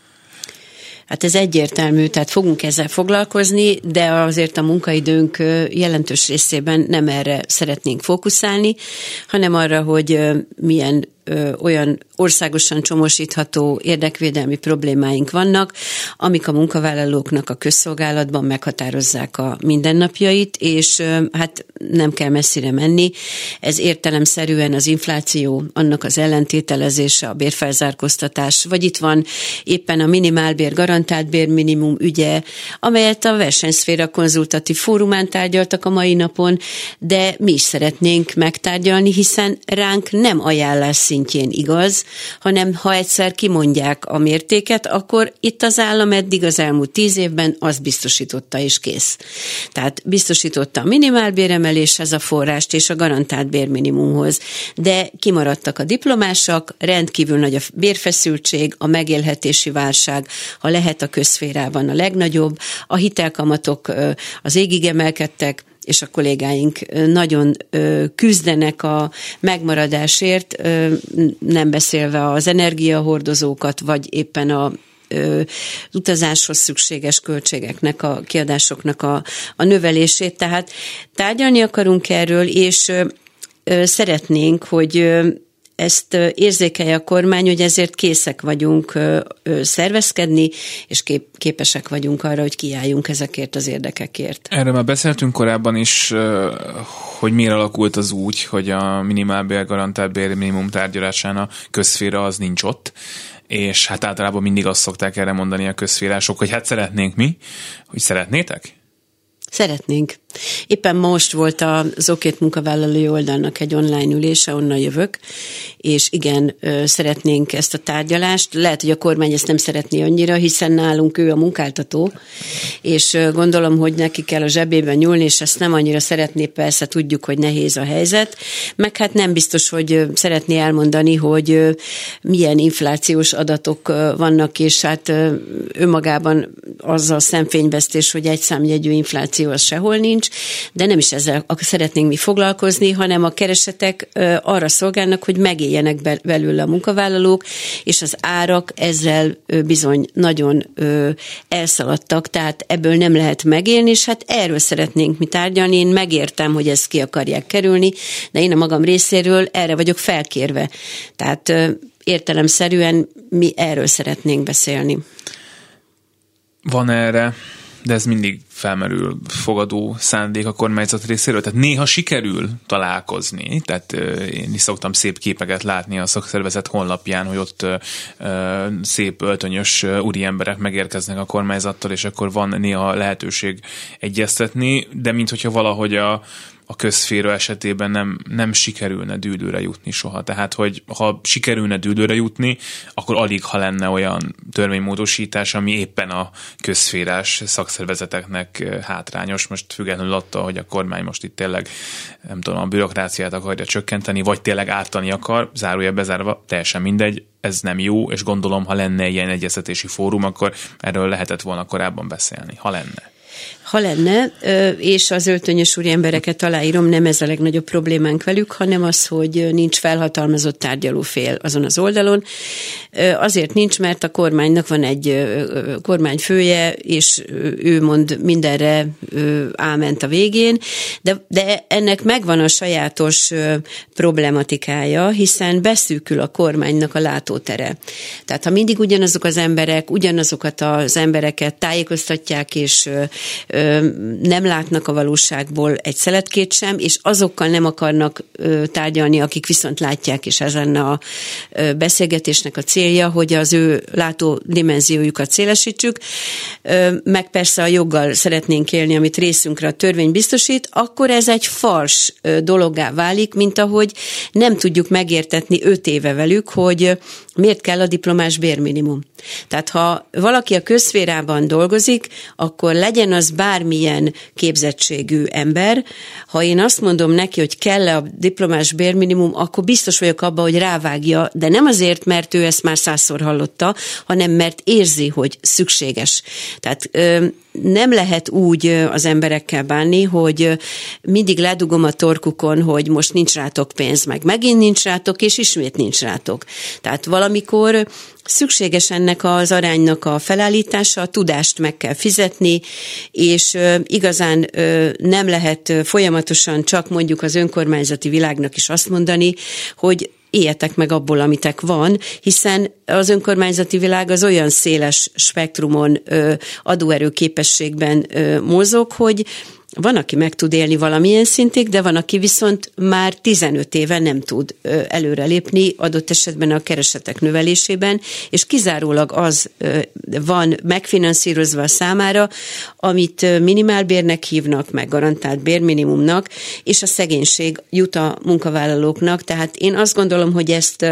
Hát ez egyértelmű, tehát fogunk ezzel foglalkozni, de azért a munkaidőnk jelentős részében nem erre szeretnénk fókuszálni, hanem arra, hogy milyen ö, olyan országosan csomósítható érdekvédelmi problémáink vannak, amik a munkavállalóknak a közszolgálatban meghatározzák a mindennapjait, és ö, hát nem kell messzire menni. Ez értelemszerűen az infláció, annak az ellentételezése, a bérfelzárkóztatás, vagy itt van éppen a minimálbér, garantált bérminimum ügye, amelyet a Versenyszféra Konzultatív Fórumán tárgyaltak a mai napon, de mi is szeretnénk megtárgyalni, hiszen ránk nem ajánlás szintjén igaz, hanem ha egyszer kimondják a mértéket, akkor itt az állam eddig az elmúlt tíz évben azt biztosította és kész. Tehát biztosította a minimálbéremeléshez a forrást és a garantált bérminimumhoz, de kimaradtak a diplomások, rendkívül nagy a bérfeszültség, a megélhetési válság, ha lehet a közszférában a legnagyobb, a hitelkamatok az égig emelkedtek, és a kollégáink nagyon küzdenek a megmaradásért, nem beszélve az energiahordozókat, vagy éppen a az utazáshoz szükséges költségeknek, a kiadásoknak a, a növelését. Tehát tárgyalni akarunk erről, és szeretnénk, hogy ezt érzékelje a kormány, hogy ezért készek vagyunk szervezkedni, és kép, képesek vagyunk arra, hogy kiálljunk ezekért az érdekekért. Erről már beszéltünk korábban is, hogy miért alakult az úgy, hogy a minimálbér, garantált bérminimum tárgyalásán a közszféra az nincs ott, és hát általában mindig azt szokták erre mondani a közszférások, hogy hát szeretnénk mi, hogy szeretnétek? Szeretnénk. Éppen most volt az Okét munkavállalói oldalnak egy online ülése, onnan jövök, és igen, szeretnénk ezt a tárgyalást. Lehet, hogy a kormány ezt nem szeretné annyira, hiszen nálunk ő a munkáltató, és gondolom, hogy neki kell a zsebében nyúlni, és ezt nem annyira szeretné, persze tudjuk, hogy nehéz a helyzet, meg hát nem biztos, hogy szeretné elmondani, hogy milyen inflációs adatok vannak, és hát önmagában az a szemfényvesztés, hogy egy számjegyű infláció az sehol nincs, de nem is ezzel szeretnénk mi foglalkozni, hanem a keresetek arra szolgálnak, hogy megéljenek belőle a munkavállalók, és az árak ezzel bizony nagyon elszaladtak, tehát ebből nem lehet megélni, és hát erről szeretnénk mi tárgyalni. Én megértem, hogy ezt ki akarják kerülni, de én a magam részéről erre vagyok felkérve. Tehát értelemszerűen mi erről szeretnénk beszélni. Van erre, de ez mindig felmerül fogadó szándék a kormányzat részéről. Tehát néha sikerül találkozni. Tehát én is szoktam szép képeket látni a szakszervezet honlapján, hogy ott szép öltönyös úri emberek megérkeznek a kormányzattól, és akkor van néha lehetőség egyeztetni, de minthogyha valahogy a a közszféra esetében nem, nem sikerülne dűlőre jutni soha. Tehát, hogy ha sikerülne dűlőre jutni, akkor alig, ha lenne olyan törvénymódosítás, ami éppen a közszférás szakszervezeteknek hátrányos. Most függetlenül attól, hogy a kormány most itt tényleg, nem tudom, a bürokráciát akarja csökkenteni, vagy tényleg ártani akar, zárója bezárva, teljesen mindegy, ez nem jó, és gondolom, ha lenne ilyen egyeztetési fórum, akkor erről lehetett volna korábban beszélni, ha lenne. Ha lenne, és az öltönyös úri embereket aláírom, nem ez a legnagyobb problémánk velük, hanem az, hogy nincs felhatalmazott tárgyalófél azon az oldalon. Azért nincs, mert a kormánynak van egy kormányfője, és ő mond mindenre áment a végén, de, de ennek megvan a sajátos problematikája, hiszen beszűkül a kormánynak a látótere. Tehát ha mindig ugyanazok az emberek, ugyanazokat az embereket tájékoztatják, és nem látnak a valóságból egy szeletkét sem, és azokkal nem akarnak tárgyalni, akik viszont látják, és ez lenne a beszélgetésnek a célja, hogy az ő látó dimenziójukat szélesítsük, meg persze a joggal szeretnénk élni, amit részünkre a törvény biztosít, akkor ez egy fals dologgá válik, mint ahogy nem tudjuk megértetni öt éve velük, hogy miért kell a diplomás bérminimum. Tehát ha valaki a közszférában dolgozik, akkor legyen az bármilyen képzettségű ember. Ha én azt mondom neki, hogy kell a diplomás bérminimum, akkor biztos vagyok abban, hogy rávágja, de nem azért, mert ő ezt már százszor hallotta, hanem mert érzi, hogy szükséges. Tehát nem lehet úgy az emberekkel bánni, hogy mindig ledugom a torkukon, hogy most nincs rátok pénz, meg megint nincs rátok, és ismét nincs rátok. Tehát valamikor szükséges ennek az aránynak a felállítása, a tudást meg kell fizetni, és igazán nem lehet folyamatosan csak mondjuk az önkormányzati világnak is azt mondani, hogy éljetek meg abból, amitek van, hiszen az önkormányzati világ az olyan széles spektrumon, adóerő képességben mozog, hogy van, aki meg tud élni valamilyen szintig, de van, aki viszont már tizenöt éve nem tud előrelépni, adott esetben a keresetek növelésében, és kizárólag az van megfinanszírozva a számára, amit minimálbérnek hívnak, meg garantált bérminimumnak, és a szegénység jut a munkavállalóknak. Tehát én azt gondolom, hogy ezt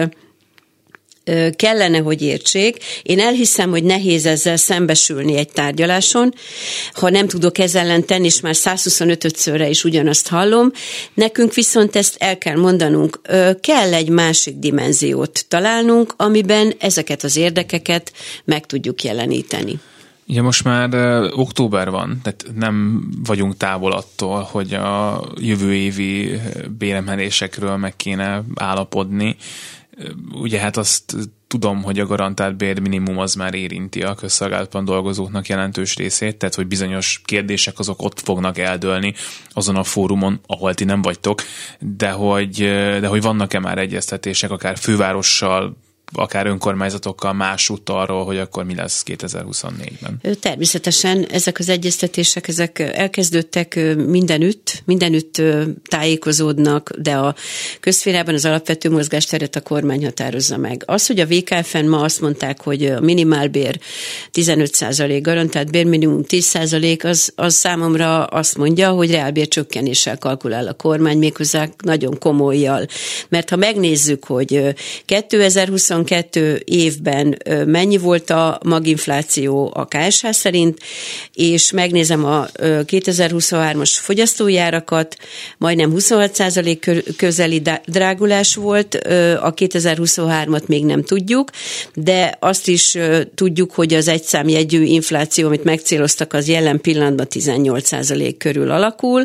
kellene, hogy értsék. Én elhiszem, hogy nehéz ezzel szembesülni egy tárgyaláson, ha nem tudok ezzel ellen tenni, és már százhuszonötödszörre is ugyanazt hallom. Nekünk viszont ezt el kell mondanunk. Kell egy másik dimenziót találnunk, amiben ezeket az érdekeket meg tudjuk jeleníteni. Ugye most már uh, október van, tehát nem vagyunk távol attól, hogy a jövő évi béremelésekről meg kéne állapodni. Ugye hát azt tudom, hogy a garantált bérminimum az már érinti a közszolgálatban dolgozóknak jelentős részét, tehát hogy bizonyos kérdések azok ott fognak eldőlni azon a fórumon, ahol ti nem vagytok, de hogy, de hogy vannak-e már egyeztetések, akár fővárossal, akár önkormányzatokkal másút arról, hogy akkor mi lesz kétezer-huszonnégyben. Természetesen ezek az egyeztetések, ezek elkezdődtek mindenütt, mindenütt tájékozódnak, de a közszférában az alapvető mozgásteret a kormány határozza meg. Az, hogy a vé ká ef-en ma azt mondták, hogy a minimálbér tizenöt százalék, garantált bérminimum tíz százalék, az, az számomra azt mondja, hogy reálbér csökkenéssel kalkulál a kormány, méghozzá nagyon komollyal. Mert ha megnézzük, hogy kétezer-huszonkettő évben mennyi volt a maginfláció a ká es há szerint, és megnézem a kétezer-huszonhármas fogyasztójárakat, majdnem huszonhat százalék közeli drágulás volt, a kétezer-huszonhármat még nem tudjuk, de azt is tudjuk, hogy az egyszámjegyű infláció, amit megcéloztak, az jelen pillanatban tizennyolc százalék körül alakul.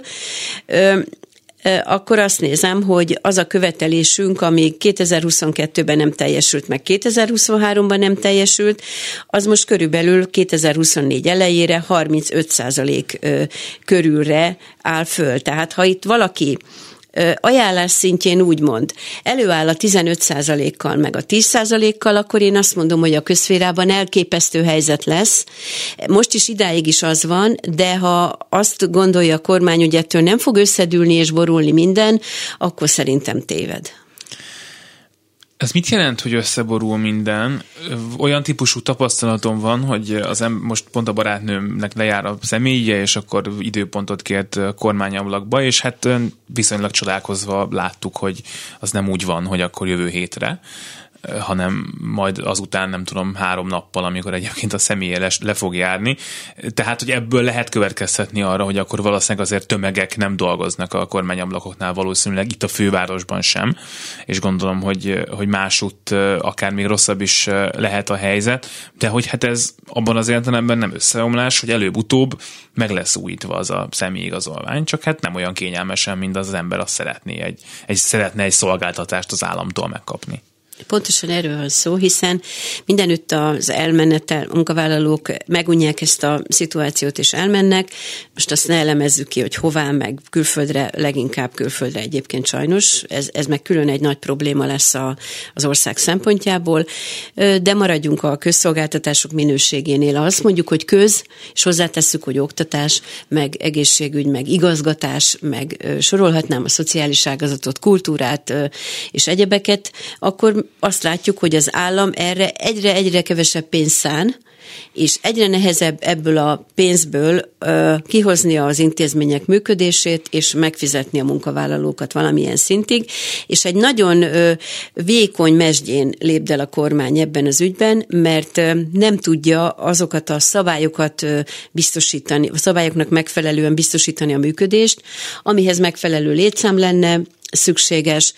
Akkor azt nézem, hogy az a követelésünk, ami kétezer-huszonkettőben nem teljesült, meg kétezer-huszonháromban nem teljesült, az most körülbelül kétezer-huszonnégy elejére harmincöt százalék körülre áll föl. Tehát ha itt valaki ajánlás szintjén úgymond előáll a tizenöt százalékkal meg a tíz százalékkal, akkor én azt mondom, hogy a közszférában elképesztő helyzet lesz. Most is idáig is az van, de ha azt gondolja a kormány, hogy ettől nem fog összedülni és borulni minden, akkor szerintem téved. Ez mit jelent, hogy összeborul minden? Olyan típusú tapasztalatom van, hogy az em- most pont a barátnőmnek lejár a személyje, és akkor időpontot kért kormányablakba, és hát viszonylag csodálkozva láttuk, hogy az nem úgy van, hogy akkor jövő hétre, hanem majd azután nem tudom három nappal, amikor egyébként a személye le, le fog járni. Tehát, hogy ebből lehet következtetni arra, hogy akkor valószínűleg azért tömegek nem dolgoznak a kormányablakoknál, valószínűleg itt a fővárosban sem, és gondolom, hogy, hogy másutt akár még rosszabb is lehet a helyzet, de hogy hát ez abban az értelemben nem összeomlás, hogy előbb-utóbb meg lesz újítva az a személyigazolvány, csak hát nem olyan kényelmesen, mint az, az ember azt szeretné, egy, egy, szeretne egy szolgáltatást az államtól megkapni. Pontosan erről van szó, hiszen mindenütt az elmenetel, munkavállalók megunják ezt a szituációt és elmennek. Most azt ne elemezzük ki, hogy hová, meg külföldre, leginkább külföldre egyébként sajnos. Ez, ez meg külön egy nagy probléma lesz a, az ország szempontjából. De maradjunk a közszolgáltatások minőségénél. Azt mondjuk, hogy köz, és hozzátesszük, hogy oktatás, meg egészségügy, meg igazgatás, meg sorolhatnám a szociális ágazatot, kultúrát és egyebeket, akkor azt látjuk, hogy az állam erre egyre-egyre kevesebb pénzt szán, és egyre nehezebb ebből a pénzből ö, kihoznia az intézmények működését, és megfizetni a munkavállalókat valamilyen szintig, és egy nagyon ö, vékony mesdjén lépdel a kormány ebben az ügyben, mert ö, nem tudja azokat a szabályokat ö, biztosítani, a szabályoknak megfelelően biztosítani a működést, amihez megfelelő létszám lenne, szükséges.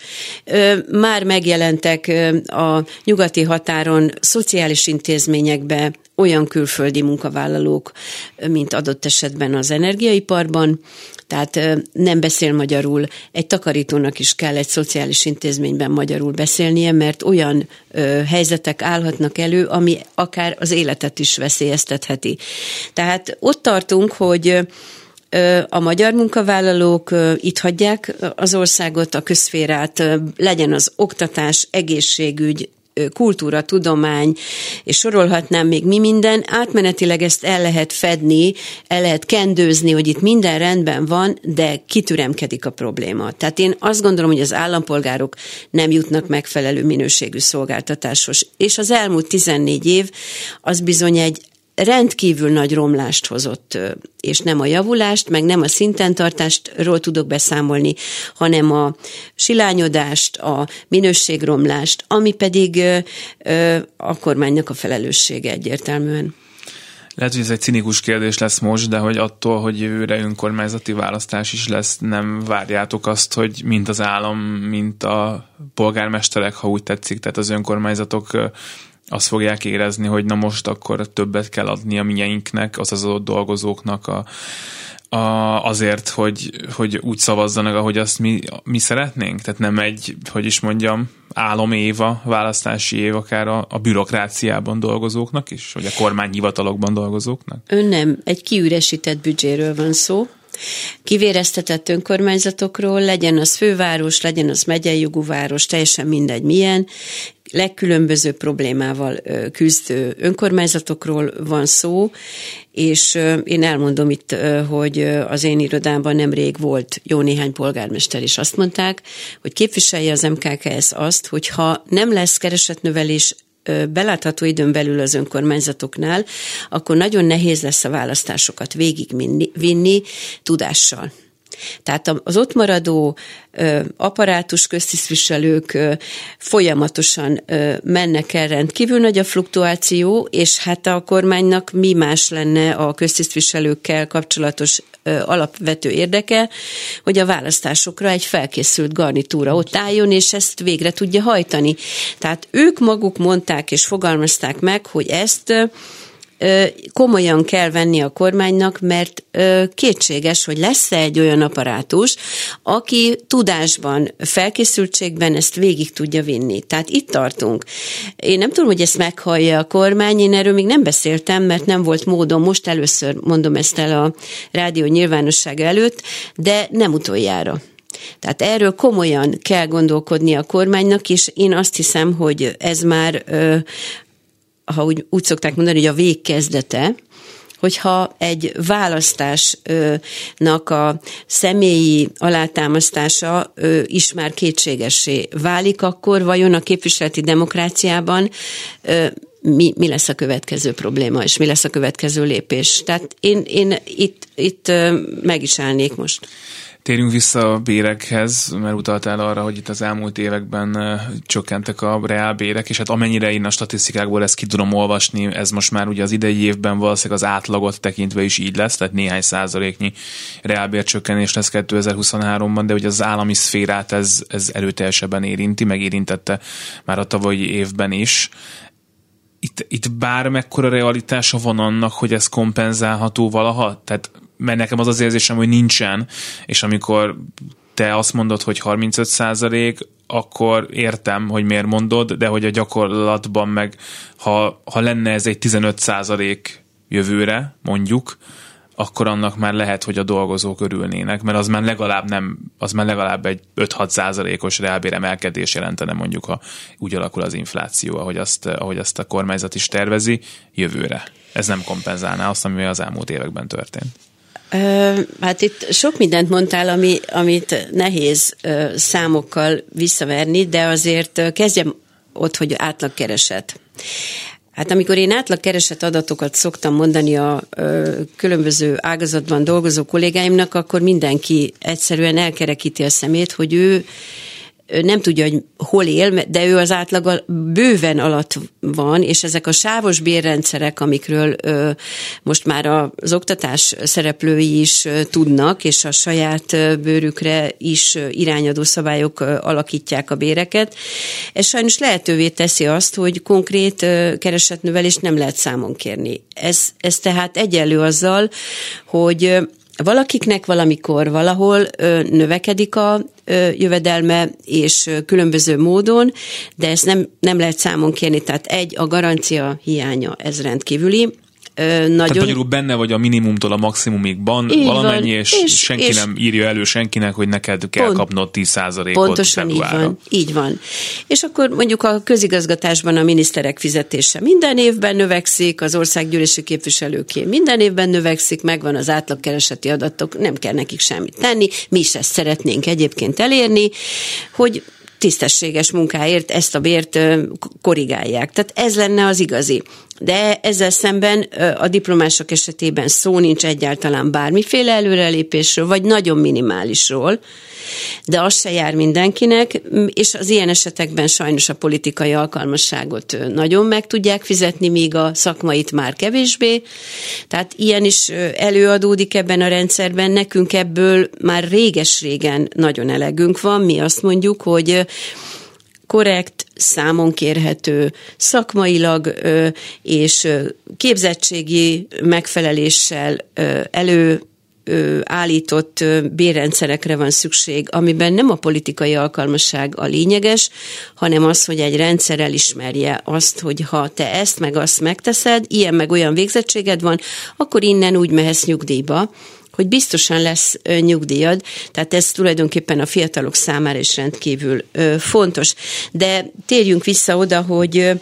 Már megjelentek a nyugati határon szociális intézményekbe olyan külföldi munkavállalók, mint adott esetben az energiaiparban, tehát nem beszél magyarul. Egy takarítónak is kell egy szociális intézményben magyarul beszélnie, mert olyan helyzetek állhatnak elő, ami akár az életet is veszélyeztetheti. Tehát ott tartunk, hogy a magyar munkavállalók itt hagyják az országot, a közszférát, legyen az oktatás, egészségügy, kultúra, tudomány, és sorolhatnám még mi minden, átmenetileg ezt el lehet fedni, el lehet kendőzni, hogy itt minden rendben van, de kitüremkedik a probléma. Tehát én azt gondolom, hogy az állampolgárok nem jutnak megfelelő minőségű szolgáltatáshoz. És az elmúlt tizennégy év az bizony egy rendkívül nagy romlást hozott, és nem a javulást, meg nem a szintentartástról tudok beszámolni, hanem a silányodást, a minőségromlást, ami pedig a kormánynak a felelőssége egyértelműen. Lehet, hogy ez egy cinikus kérdés lesz most, de hogy attól, hogy jövőre önkormányzati választás is lesz, nem várjátok azt, hogy mint az állam, mint a polgármesterek, ha úgy tetszik, tehát az önkormányzatok azt fogják érezni, hogy na most akkor többet kell adni a mieinknek, azaz a dolgozóknak a, a, azért, hogy, hogy úgy szavazzanak, ahogy azt mi, mi szeretnénk. Tehát nem egy, hogy is mondjam, álomév a választási év akár a, a bürokráciában dolgozóknak is, vagy a kormányhivatalokban dolgozóknak? Ön nem, egy kiüresített büdzséről van szó. Kivéreztetett önkormányzatokról, legyen az főváros, legyen az megyei jogú város, teljesen mindegy milyen, legkülönbözőbb problémával küzdő önkormányzatokról van szó, és én elmondom itt, hogy az én irodámban nemrég volt jó néhány polgármester, és azt mondták, hogy képviselje az em ká ká es azt, hogyha nem lesz keresetnövelés belátható időn belül az önkormányzatoknál, akkor nagyon nehéz lesz a választásokat végigvinni tudással. Tehát az ott maradó ö, apparátus köztisztviselők ö, folyamatosan ö, mennek el, rendkívül nagy a fluktuáció, és hát a kormánynak mi más lenne a köztisztviselőkkel kapcsolatos ö, alapvető érdeke, hogy a választásokra egy felkészült garnitúra ott álljon, és ezt végre tudja hajtani. Tehát ők maguk mondták és fogalmazták meg, hogy ezt ö, komolyan kell venni a kormánynak, mert kétséges, hogy lesz-e egy olyan apparátus, aki tudásban, felkészültségben ezt végig tudja vinni. Tehát itt tartunk. Én nem tudom, hogy ezt meghallja a kormány, én erről még nem beszéltem, mert nem volt módom, most először mondom ezt el a rádió nyilvánossága előtt, de nem utoljára. Tehát erről komolyan kell gondolkodni a kormánynak, és én azt hiszem, hogy ez már ha úgy, úgy szokták mondani, hogy a végkezdete, hogyha egy választásnak a személyi alátámasztása is már kétségessé válik, akkor vajon a képviseleti demokráciában mi, mi lesz a következő probléma, és mi lesz a következő lépés. Tehát én, én itt, itt meg is állnék most. Térjünk vissza a bérekhez, mert utaltál arra, hogy itt az elmúlt években uh, csökkentek a reálbérek, és hát amennyire én a statisztikákból ezt ki tudom olvasni, ez most már ugye az idei évben valószínűleg az átlagot tekintve is így lesz, tehát néhány százaléknyi reálbércsökkenés lesz kétezer-huszonháromban, de ugye az állami szférát ez, ez erőteljesebben érinti, meg érintette már a tavalyi évben is. Itt, itt bármekkora realitása van annak, hogy ez kompenzálható valaha? Tehát mert nekem az az érzésem, hogy nincsen, és amikor te azt mondod, hogy harmincöt százalék, akkor értem, hogy miért mondod, de hogy a gyakorlatban meg, ha, ha lenne ez egy tizenöt százalék jövőre, mondjuk, akkor annak már lehet, hogy a dolgozók örülnének, mert az már legalább nem, az már legalább egy öt-hat százalékos reálbéremelkedés jelentene, mondjuk, ha úgy alakul az infláció, ahogy azt, ahogy azt a kormányzat is tervezi, jövőre. Ez nem kompenzálná azt, ami az elmúlt években történt. Hát itt sok mindent mondtál, ami, amit nehéz számokkal visszaverni, de azért kezdjem ott, hogy átlagkereset. Hát amikor én átlagkereset adatokat szoktam mondani a ö, különböző ágazatban dolgozó kollégáimnak, akkor mindenki egyszerűen elkerekíti a szemét, hogy ő nem tudja, hogy hol él, de ő az átlag bőven alatt van, és ezek a sávos bérrendszerek, amikről ö, most már az oktatás szereplői is ö, tudnak, és a saját ö, bőrükre is ö, irányadó szabályok ö, alakítják a béreket. Ez sajnos lehetővé teszi azt, hogy konkrét ö, keresetnövelést nem lehet számon kérni. Ez, ez tehát egyenlő azzal, hogy ö, valakiknek valamikor valahol ö, növekedik a ö, jövedelme, és ö, különböző módon, de ezt nem, nem lehet számon kérni. Tehát egy, a garancia hiánya, ez rendkívüli. nagyon... Tehát magyarul benne vagy a minimumtól a maximumigban így valamennyi, van. és, és senki és nem írja elő senkinek, hogy neked kell pont, kapnod tíz százalékot pontosan februárra. így van, így van. És akkor mondjuk a közigazgatásban a miniszterek fizetése minden évben növekszik, az országgyűlési képviselőké minden évben növekszik, megvan az átlagkereseti adatok, nem kell nekik semmit tenni, mi is ezt szeretnénk egyébként elérni, hogy tisztességes munkáért ezt a bért korrigálják. Tehát ez lenne az igazi. De ezzel szemben a diplomások esetében szó nincs egyáltalán bármiféle előrelépésről, vagy nagyon minimálisról, de az se jár mindenkinek, és az ilyen esetekben sajnos a politikai alkalmasságot nagyon meg tudják fizetni, míg a szakmait már kevésbé. Tehát ilyen is előadódik ebben a rendszerben. Nekünk ebből már réges-régen nagyon elegünk van. Mi azt mondjuk, hogy korrekt, számon kérhető, szakmailag ö, és ö, képzettségi megfeleléssel ö, elő ö, állított ö, bérrendszerekre van szükség, amiben nem a politikai alkalmasság a lényeges, hanem az, hogy egy rendszer elismerje azt, hogy ha te ezt meg azt megteszed, ilyen meg olyan végzettséged van, akkor innen úgy mehetsz nyugdíjba, hogy biztosan lesz ö, nyugdíjad, tehát ez tulajdonképpen a fiatalok számára is rendkívül ö, fontos. De térjünk vissza oda, hogy ö,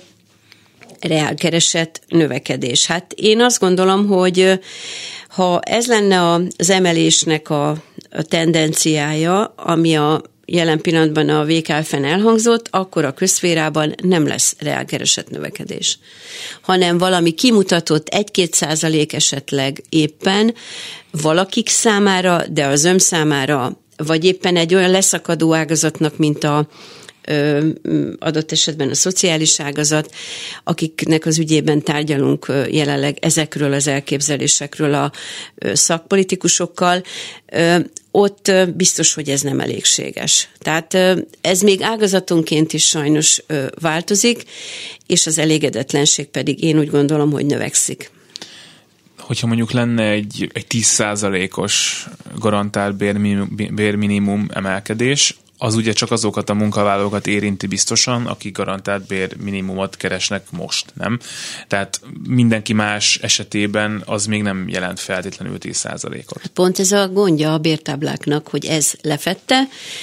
reálkeresett növekedés. Hát én azt gondolom, hogy ö, ha ez lenne az emelésnek a, a tendenciája, ami a jelen pillanatban a vé ká ef-en elhangzott, akkor a közszférában nem lesz reálkeresett növekedés, hanem valami kimutatott egy-két százalék esetleg éppen valakik számára, de az ön számára, vagy éppen egy olyan leszakadó ágazatnak, mint a Ö, adott esetben a szociális ágazat, akiknek az ügyében tárgyalunk jelenleg ezekről az elképzelésekről a szakpolitikusokkal, ö, ott biztos, hogy ez nem elégséges. Tehát ö, ez még ágazatonként is sajnos ö, változik, és az elégedetlenség pedig én úgy gondolom, hogy növekszik. Hogyha mondjuk lenne egy, egy tíz százalékos garantált bérminimum, bérminimum emelkedés, az ugye csak azokat a munkavállalókat érinti biztosan, akik garantált bérminimumot keresnek most, nem? Tehát mindenki más esetében az még nem jelent feltétlenül tíz százalékot. Pont ez a gondja a bértábláknak, hogy ez lefette.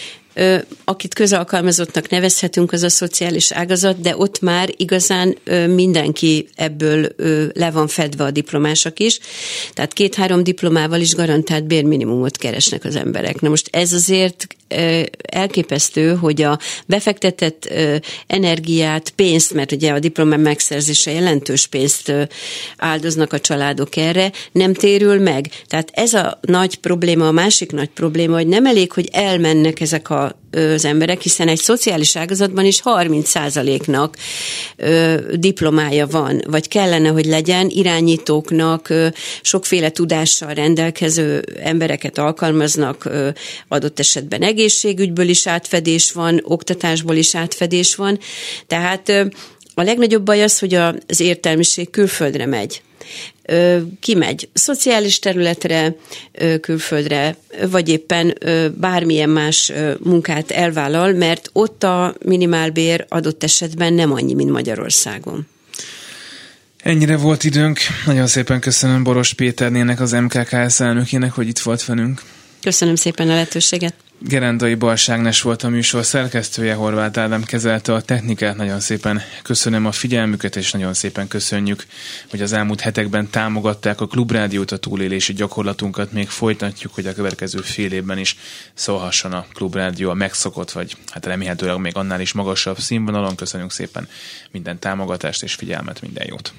Akit közalkalmazottnak nevezhetünk, az a szociális ágazat, de ott már igazán mindenki ebből le van fedve, a diplomások is. Tehát két-három diplomával is garantált bérminimumot keresnek az emberek. Na most ez azért elképesztő, hogy a befektetett energiát, pénzt, mert ugye a diplomám megszerzése jelentős pénzt áldoznak a családok erre, nem térül meg. Tehát ez a nagy probléma, a másik nagy probléma, hogy nem elég, hogy elmennek ezek a az emberek, hiszen egy szociális ágazatban is harminc százaléknak ö, diplomája van, vagy kellene, hogy legyen, irányítóknak, ö, sokféle tudással rendelkező embereket alkalmaznak, ö, adott esetben egészségügyből is átfedés van, oktatásból is átfedés van, tehát ö, a legnagyobb baj az, hogy az értelmiség külföldre megy. Kimegy szociális területre, külföldre, vagy éppen bármilyen más munkát elvállal, mert ott a minimálbér adott esetben nem annyi, mint Magyarországon. Ennyire volt időnk. Nagyon szépen köszönöm Boros Péternének, az em ká ká es elnökének, hogy itt volt velünk. Köszönöm szépen a lehetőséget. Gerendai Balságnes volt a műsor szerkesztője, Horváth Ádám kezelte a technikát. Nagyon szépen köszönöm a figyelmüket, és nagyon szépen köszönjük, hogy az elmúlt hetekben támogatták a Klubrádiót, a túlélési gyakorlatunkat. Még folytatjuk, hogy a következő fél évben is szólhasson a Klubrádió a megszokott, vagy hát remélhetőleg még annál is magasabb színvonalon. Köszönjük szépen minden támogatást és figyelmet, minden jót!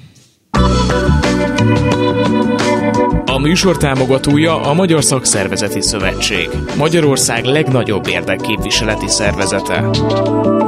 A műsor támogatója a Magyar Szakszervezeti Szövetség, Magyarország legnagyobb érdekképviseleti szervezete.